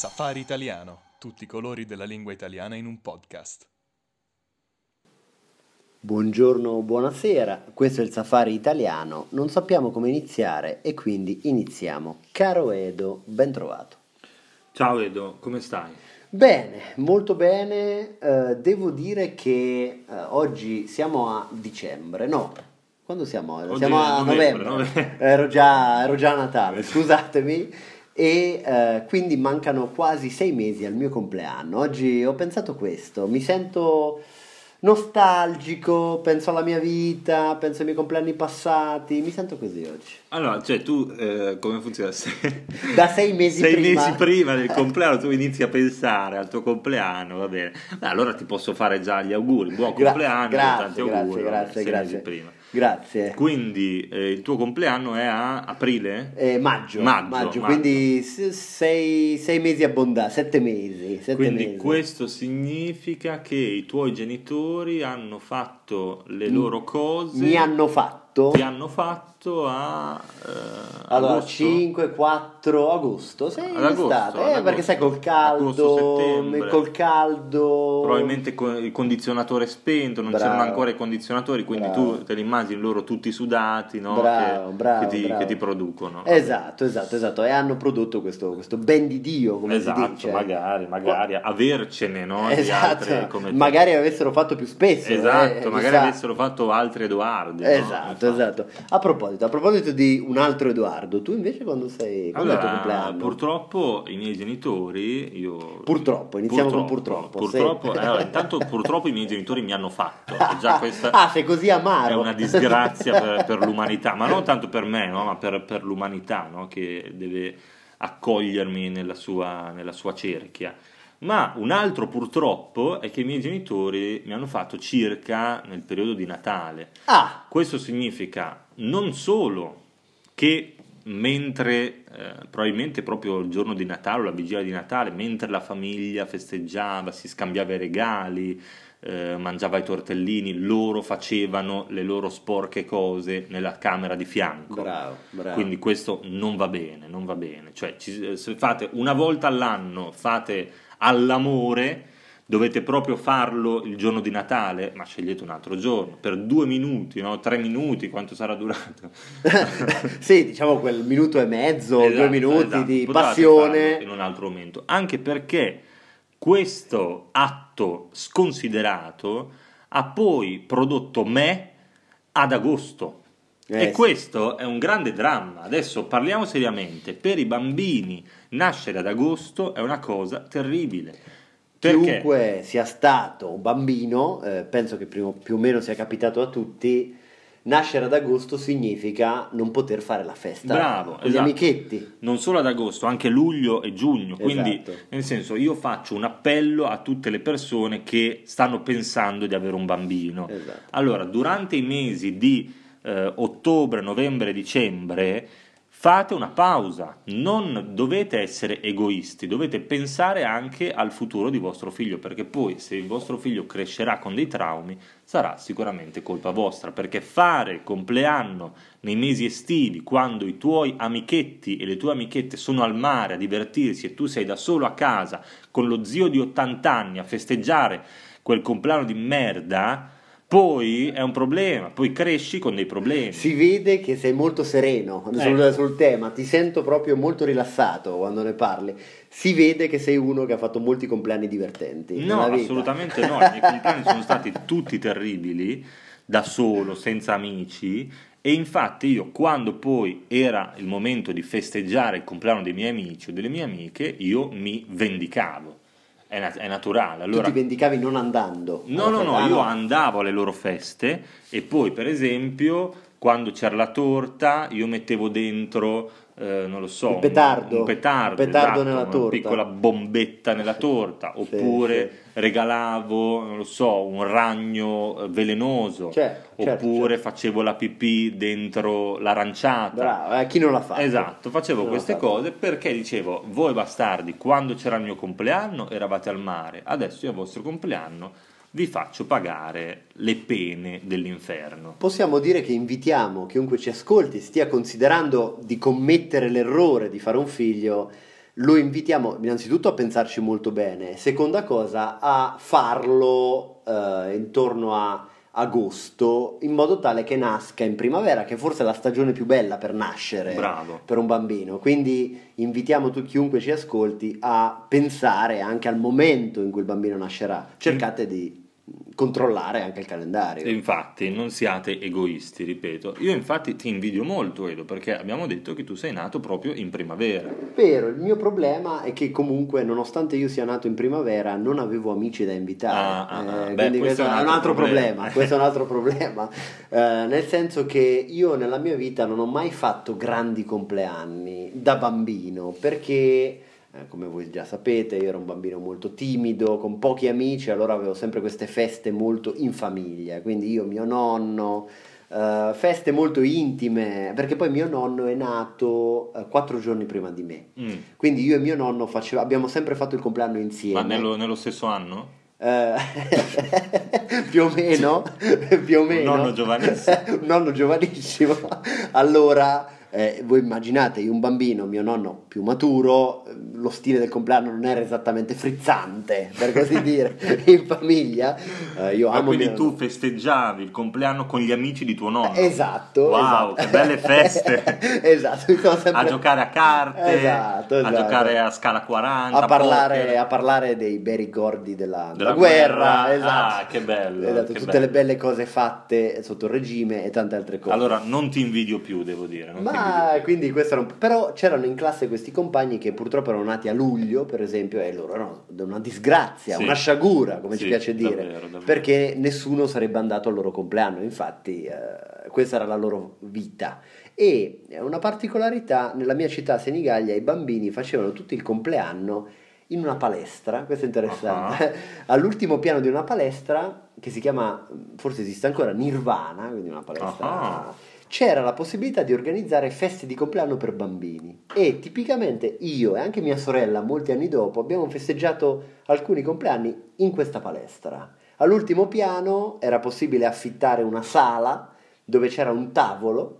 Safari Italiano, tutti i colori della lingua italiana in un podcast. Buongiorno, buonasera, questo è il Safari Italiano, non sappiamo come iniziare e quindi iniziamo. Caro Edo, ben trovato. Ciao Edo, come stai? Bene, molto bene, devo dire che oggi siamo a dicembre, no, quando siamo? Oggi Siamo è a novembre. Ero già a Natale, scusatemi. E quindi mancano quasi 6 mesi al mio compleanno. Oggi ho pensato questo, mi sento nostalgico, penso alla mia vita, penso ai miei compleanni passati, mi sento così oggi. Allora, cioè tu come funziona? Da 6 mesi prima. 6 mesi prima del compleanno tu inizi a pensare al tuo compleanno, va bene. Allora ti posso fare già gli auguri, buon compleanno, tanti auguri. Grazie. Mesi prima. Grazie. Quindi il tuo compleanno è a aprile? Maggio. Maggio. Quindi 6 mesi abbondanti, 7 mesi. Quindi questo significa che i tuoi genitori hanno fatto le loro cose. Ti hanno fatto allora, agosto? 5, 4 agosto, sei ad agosto, estate, ad agosto. perché sai col caldo, probabilmente il condizionatore spento, non c'erano ancora i condizionatori, quindi tu te li immagini loro tutti sudati, no? Che ti producono. Esatto, e hanno prodotto questo ben di Dio, come si dice. magari avercene, no? Esatto, di altri come te. magari avessero fatto più spesso. Esatto, magari avessero fatto altri Edoardi. Esatto. A proposito di un altro Edoardo, tu invece quando sei? Quando è il tuo compleanno? Purtroppo i miei genitori, Iniziamo con purtroppo. Intanto purtroppo i miei genitori mi hanno fatto. Già questa sei così amaro. È una disgrazia per l'umanità, ma non tanto per me, no? Ma per l'umanità, no? Che deve accogliermi nella sua cerchia. Ma un altro purtroppo è che i miei genitori mi hanno fatto circa nel periodo di Natale. Questo significa non solo che mentre probabilmente proprio il giorno di Natale o la vigilia di Natale, mentre la famiglia festeggiava, si scambiava i regali, mangiava i tortellini, loro facevano le loro sporche cose nella camera di fianco. Bravo. Quindi questo non va bene. Cioè se fate una volta all'anno, fate all'amore, dovete proprio farlo il giorno di Natale, ma scegliete un altro giorno, per 2 minuti, no? 3 minuti, quanto sarà durato? Sì, diciamo quel minuto e mezzo, 2 minuti di potevate passione. farlo in un altro momento, anche perché questo atto sconsiderato ha poi prodotto me ad agosto. E questo è un grande dramma. Adesso parliamo seriamente. Per i bambini nascere ad agosto è una cosa terribile. Perché? Chiunque sia stato un bambino, penso che più o meno sia capitato a tutti, nascere ad agosto significa non poter fare la festa con gli amichetti. Non solo ad agosto, anche luglio e giugno. Quindi, nel senso, io faccio un appello a tutte le persone che stanno pensando di avere un bambino. Allora, durante i mesi di ottobre, novembre, dicembre, fate una pausa, non dovete essere egoisti, dovete pensare anche al futuro di vostro figlio, perché poi se il vostro figlio crescerà con dei traumi sarà sicuramente colpa vostra, perché fare il compleanno nei mesi estivi, quando i tuoi amichetti e le tue amichette sono al mare a divertirsi e tu sei da solo a casa con lo zio di 80 anni a festeggiare quel compleanno di merda, poi è un problema, poi cresci con dei problemi. Si vede che sei molto sereno sul tema, ti sento proprio molto rilassato quando ne parli. Si vede che sei uno che ha fatto molti compleanni divertenti. No, assolutamente no, i miei compleanni sono stati tutti terribili, da solo, senza amici, e infatti io quando poi era il momento di festeggiare il compleanno dei miei amici o delle mie amiche, io mi vendicavo. È naturale. Allora, tu ti vendicavi non andando? No, io andavo alle loro feste e poi per esempio quando c'era la torta io mettevo dentro non lo so, un petardo esatto, nella torta, una piccola bombetta nella torta, oppure regalavo, non lo so, un ragno velenoso, oppure facevo la pipì dentro l'aranciata. Bravo, chi non l'ha fatto? Esatto, facevo queste cose perché dicevo, voi bastardi, quando c'era il mio compleanno eravate al mare, adesso io al vostro compleanno vi faccio pagare le pene dell'inferno. Possiamo dire che invitiamo chiunque ci ascolti, stia considerando di commettere l'errore di fare un figlio, lo invitiamo innanzitutto a pensarci molto bene, seconda cosa a farlo intorno a agosto, in modo tale che nasca in primavera, che forse è la stagione più bella per nascere. Bravo. Per un bambino. Quindi invitiamo chiunque ci ascolti a pensare anche al momento in cui il bambino nascerà. Cercate di controllare anche il calendario. Infatti non siate egoisti, ripeto. Io infatti ti invidio molto, Edo, perché abbiamo detto che tu sei nato proprio in primavera. Vero, il mio problema è che comunque, nonostante io sia nato in primavera, non avevo amici da invitare. Beh, questo è un altro problema. Questo è un altro problema. Nel senso che io nella mia vita non ho mai fatto grandi compleanni da bambino, perché come voi già sapete, io ero un bambino molto timido, con pochi amici, allora avevo sempre queste feste molto in famiglia, quindi io, mio nonno, feste molto intime, perché poi mio nonno è nato 4 giorni prima di me, quindi io e mio nonno abbiamo sempre fatto il compleanno insieme. Ma nello stesso anno? Più o meno. Un nonno giovanissimo. Un nonno giovanissimo. Allora voi immaginate, io un bambino, mio nonno più maturo, lo stile del compleanno non era esattamente frizzante, per così dire, in famiglia. Io amo. Quindi tu festeggiavi il compleanno con gli amici di tuo nonno? Esatto. Wow, esatto. Che belle feste. Esatto. Sempre... A giocare a carte, esatto. A giocare a scala 40, a parlare dei bei ricordi della guerra. Esatto. Che bello. Esatto. Che tutte bello. le belle cose fatte sotto il regime e tante altre cose. Allora non ti invidio più, devo dire. Quindi questo era però c'erano in classe questi compagni che purtroppo erano nati a luglio, per esempio, e loro erano una disgrazia, sì. Una sciagura, come ci piace dire, davvero. perché nessuno sarebbe andato al loro compleanno. Infatti questa era la loro vita. E una particolarità: nella mia città, Senigallia, i bambini facevano tutto il compleanno in una palestra. Questo è interessante. All'ultimo piano di una palestra che si chiama, forse esiste ancora, Nirvana, quindi una palestra. C'era la possibilità di organizzare feste di compleanno per bambini, e tipicamente io e anche mia sorella molti anni dopo abbiamo festeggiato alcuni compleanni in questa palestra. All'ultimo piano era possibile affittare una sala dove c'era un tavolo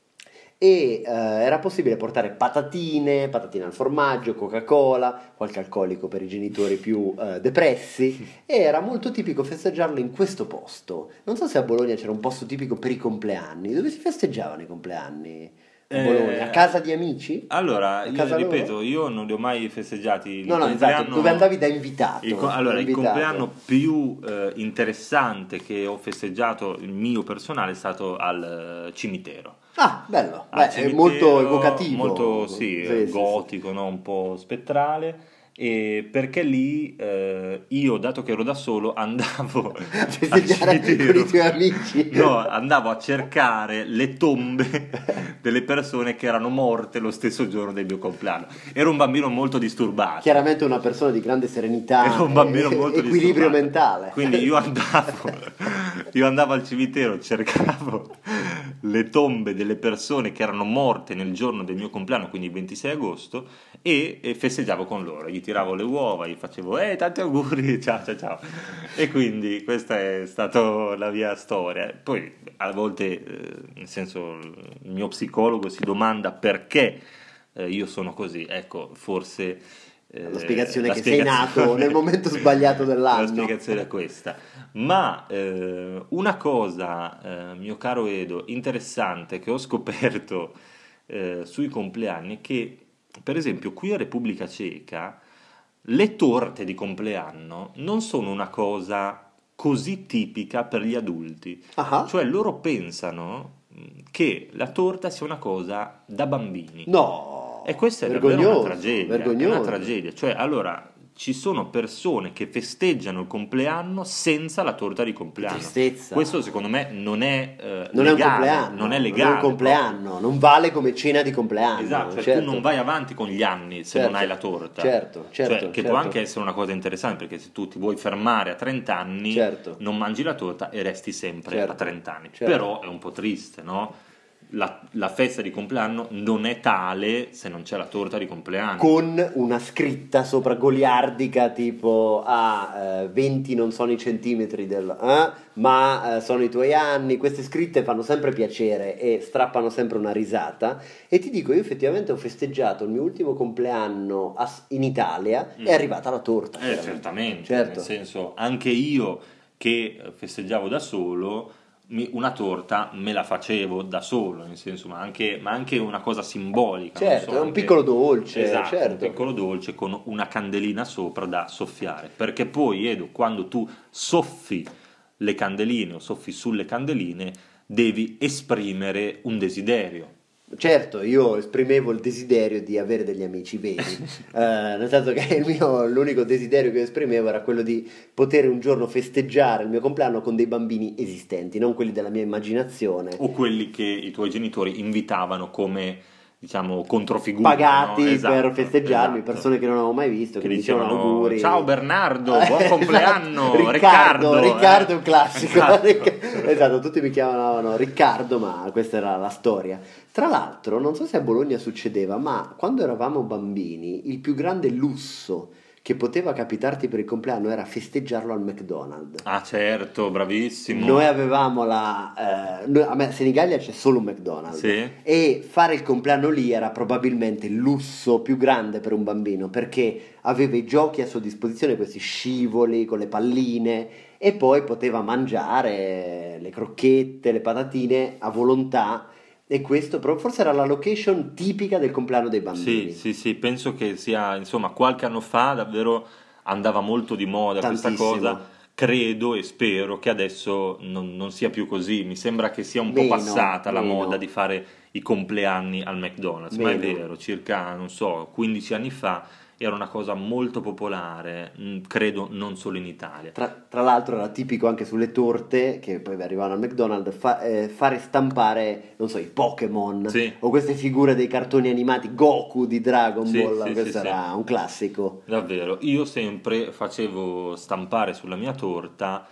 e era possibile portare patatine al formaggio, Coca-Cola, qualche alcolico per i genitori più depressi, e era molto tipico festeggiarlo in questo posto. Non so se a Bologna c'era un posto tipico per i compleanni. Dove si festeggiavano i compleanni a Bologna? A casa di amici? Allora, io ripeto, loro? io non li ho mai festeggiati. Esatto, dove andavi da invitato. Il compleanno più interessante che ho festeggiato, il mio personale, è stato al cimitero. Ah, bello. È molto evocativo. Molto, sì, gotico, sì. No? Un po' spettrale. E perché lì io, dato che ero da solo, andavo a festeggiare con i tuoi amici. No, andavo a cercare le tombe delle persone che erano morte lo stesso giorno del mio compleanno. Ero un bambino molto disturbato. Chiaramente una persona di grande serenità. Ero un bambino molto equilibrio disturbato. mentale. Quindi io andavo al cimitero, cercavo le tombe delle persone che erano morte nel giorno del mio compleanno, quindi il 26 agosto, e festeggiavo con loro. Gli tiravo le uova, gli facevo tanti auguri, ciao. E quindi questa è stata la mia storia. Poi a volte, nel senso, il mio psicologo si domanda perché io sono così. Ecco, forse la spiegazione che sei nato nel momento sbagliato dell'anno. La spiegazione è questa. Ma una cosa, mio caro Edo, interessante che ho scoperto sui compleanni è che, per esempio, qui a Repubblica Ceca le torte di compleanno non sono una cosa così tipica per gli adulti. Cioè loro pensano che la torta sia una cosa da bambini. No! E questa è davvero una tragedia. È una tragedia. Cioè, allora, ci sono persone che festeggiano il compleanno senza la torta di compleanno. Tristezza. Questo secondo me non è non legale, è un compleanno. Non è legale. Non è un compleanno, non vale come cena di compleanno. Esatto, cioè certo. Tu non vai avanti con gli anni se non hai la torta. Certo. Cioè, che può anche essere una cosa interessante, perché se tu ti vuoi fermare a 30 anni, non mangi la torta e resti sempre a 30 anni. Però è un po' triste, no? la festa di compleanno non è tale se non c'è la torta di compleanno. Con una scritta sopra goliardica tipo 20 non sono i centimetri ma sono i tuoi anni. Queste scritte fanno sempre piacere e strappano sempre una risata. E ti dico, io effettivamente ho festeggiato il mio ultimo compleanno in Italia, è arrivata la torta. Certamente, certo. Nel senso, anche io che festeggiavo da solo, una torta me la facevo da solo, nel senso, ma anche una cosa simbolica. Certo, è un piccolo dolce. Esatto, certo. un piccolo dolce con una candelina sopra da soffiare, perché poi, Edo, quando tu soffi le candeline o soffi sulle candeline, devi esprimere un desiderio. Certo, io esprimevo il desiderio di avere degli amici veri, nel senso che l'unico desiderio che esprimevo era quello di poter un giorno festeggiare il mio compleanno con dei bambini esistenti, non quelli della mia immaginazione. O quelli che i tuoi genitori invitavano come, diciamo, controfigure. Pagati, no? Esatto, per festeggiarmi, esatto. Persone che non avevo mai visto, che mi dicevano auguri. Ciao Bernardo, buon compleanno, Riccardo è un classico. Esatto. Esatto, tutti mi chiamavano Riccardo, ma questa era la storia. Tra l'altro, non so se a Bologna succedeva, ma quando eravamo bambini, il più grande lusso che poteva capitarti per il compleanno era festeggiarlo al McDonald's. Ah, certo, bravissimo. Noi avevamo a Senigallia c'è solo un McDonald's, sì. E fare il compleanno lì era probabilmente il lusso più grande per un bambino, perché aveva i giochi a sua disposizione, questi scivoli con le palline, e poi poteva mangiare le crocchette, le patatine a volontà. E questo forse era la location tipica del compleanno dei bambini. Sì, penso che sia, insomma, qualche anno fa davvero andava molto di moda Tantissimo. questa cosa. Credo e spero che adesso non sia più così. Mi sembra che sia un po' Meno, passata la meno. moda di fare i compleanni al McDonald's, ma è vero, circa, non so, 15 anni fa era una cosa molto popolare, credo non solo in Italia. Tra l'altro era tipico anche sulle torte, che poi arrivavano al McDonald's, fare stampare, non so, i Pokémon, sì. O queste figure dei cartoni animati, Goku di Dragon Ball, sì, questo era un classico. Davvero, io sempre facevo stampare sulla mia torta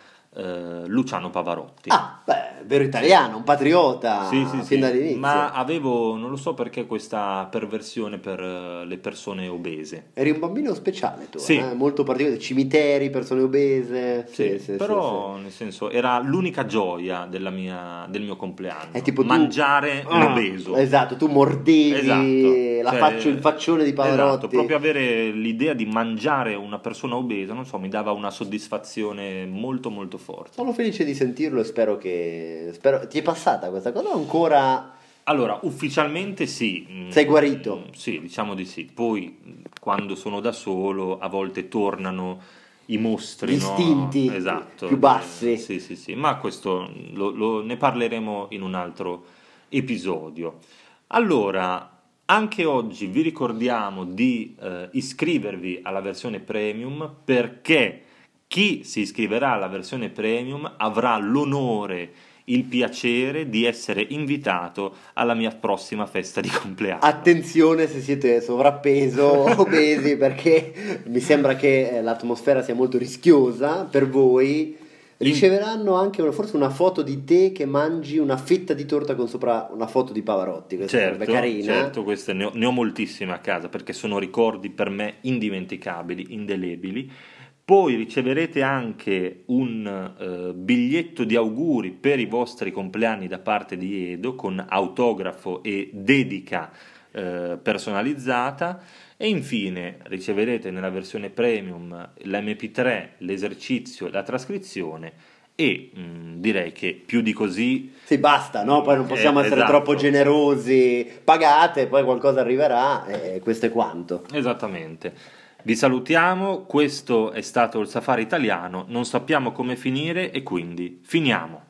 Luciano Pavarotti. Ah, beh, vero italiano, un patriota, fin dall'inizio. Ma avevo, non lo so perché, questa perversione per le persone obese. Eri un bambino speciale tu, sì. Molto particolare, cimiteri, persone obese. Sì, però nel senso era l'unica gioia del mio compleanno. È tipo mangiare l'obeso. Esatto, tu mordevi il faccione di Pavarotti. Esatto, proprio avere l'idea di mangiare una persona obesa, non so, mi dava una soddisfazione molto molto forte. Sono felice di sentirlo e spero ti è passata questa cosa o ancora? Allora, ufficialmente sì. Sei guarito? Sì, diciamo di sì. Poi quando sono da solo a volte tornano i mostri, gli istinti, no? Esatto, più bassi. Sì, ma questo ne parleremo in un altro episodio. Allora, anche oggi vi ricordiamo di iscrivervi alla versione premium, perché chi si iscriverà alla versione premium avrà l'onore, il piacere di essere invitato alla mia prossima festa di compleanno. Attenzione se siete sovrappeso o obesi, perché mi sembra che l'atmosfera sia molto rischiosa per voi. Riceveranno anche forse una foto di te che mangi una fetta di torta con sopra una foto di Pavarotti. Questa sarebbe carina. Certo, queste ne ho moltissime a casa, perché sono ricordi per me indimenticabili, indelebili. Poi riceverete anche un biglietto di auguri per i vostri compleanni da parte di Edo, con autografo e dedica personalizzata. E infine riceverete nella versione premium l'MP3, l'esercizio, la trascrizione. E direi che più di così sì, basta, no? Poi non possiamo essere troppo generosi. Pagate, poi qualcosa arriverà e questo è quanto. Esattamente. Vi salutiamo, questo è stato il Safari Italiano, non sappiamo come finire e quindi finiamo.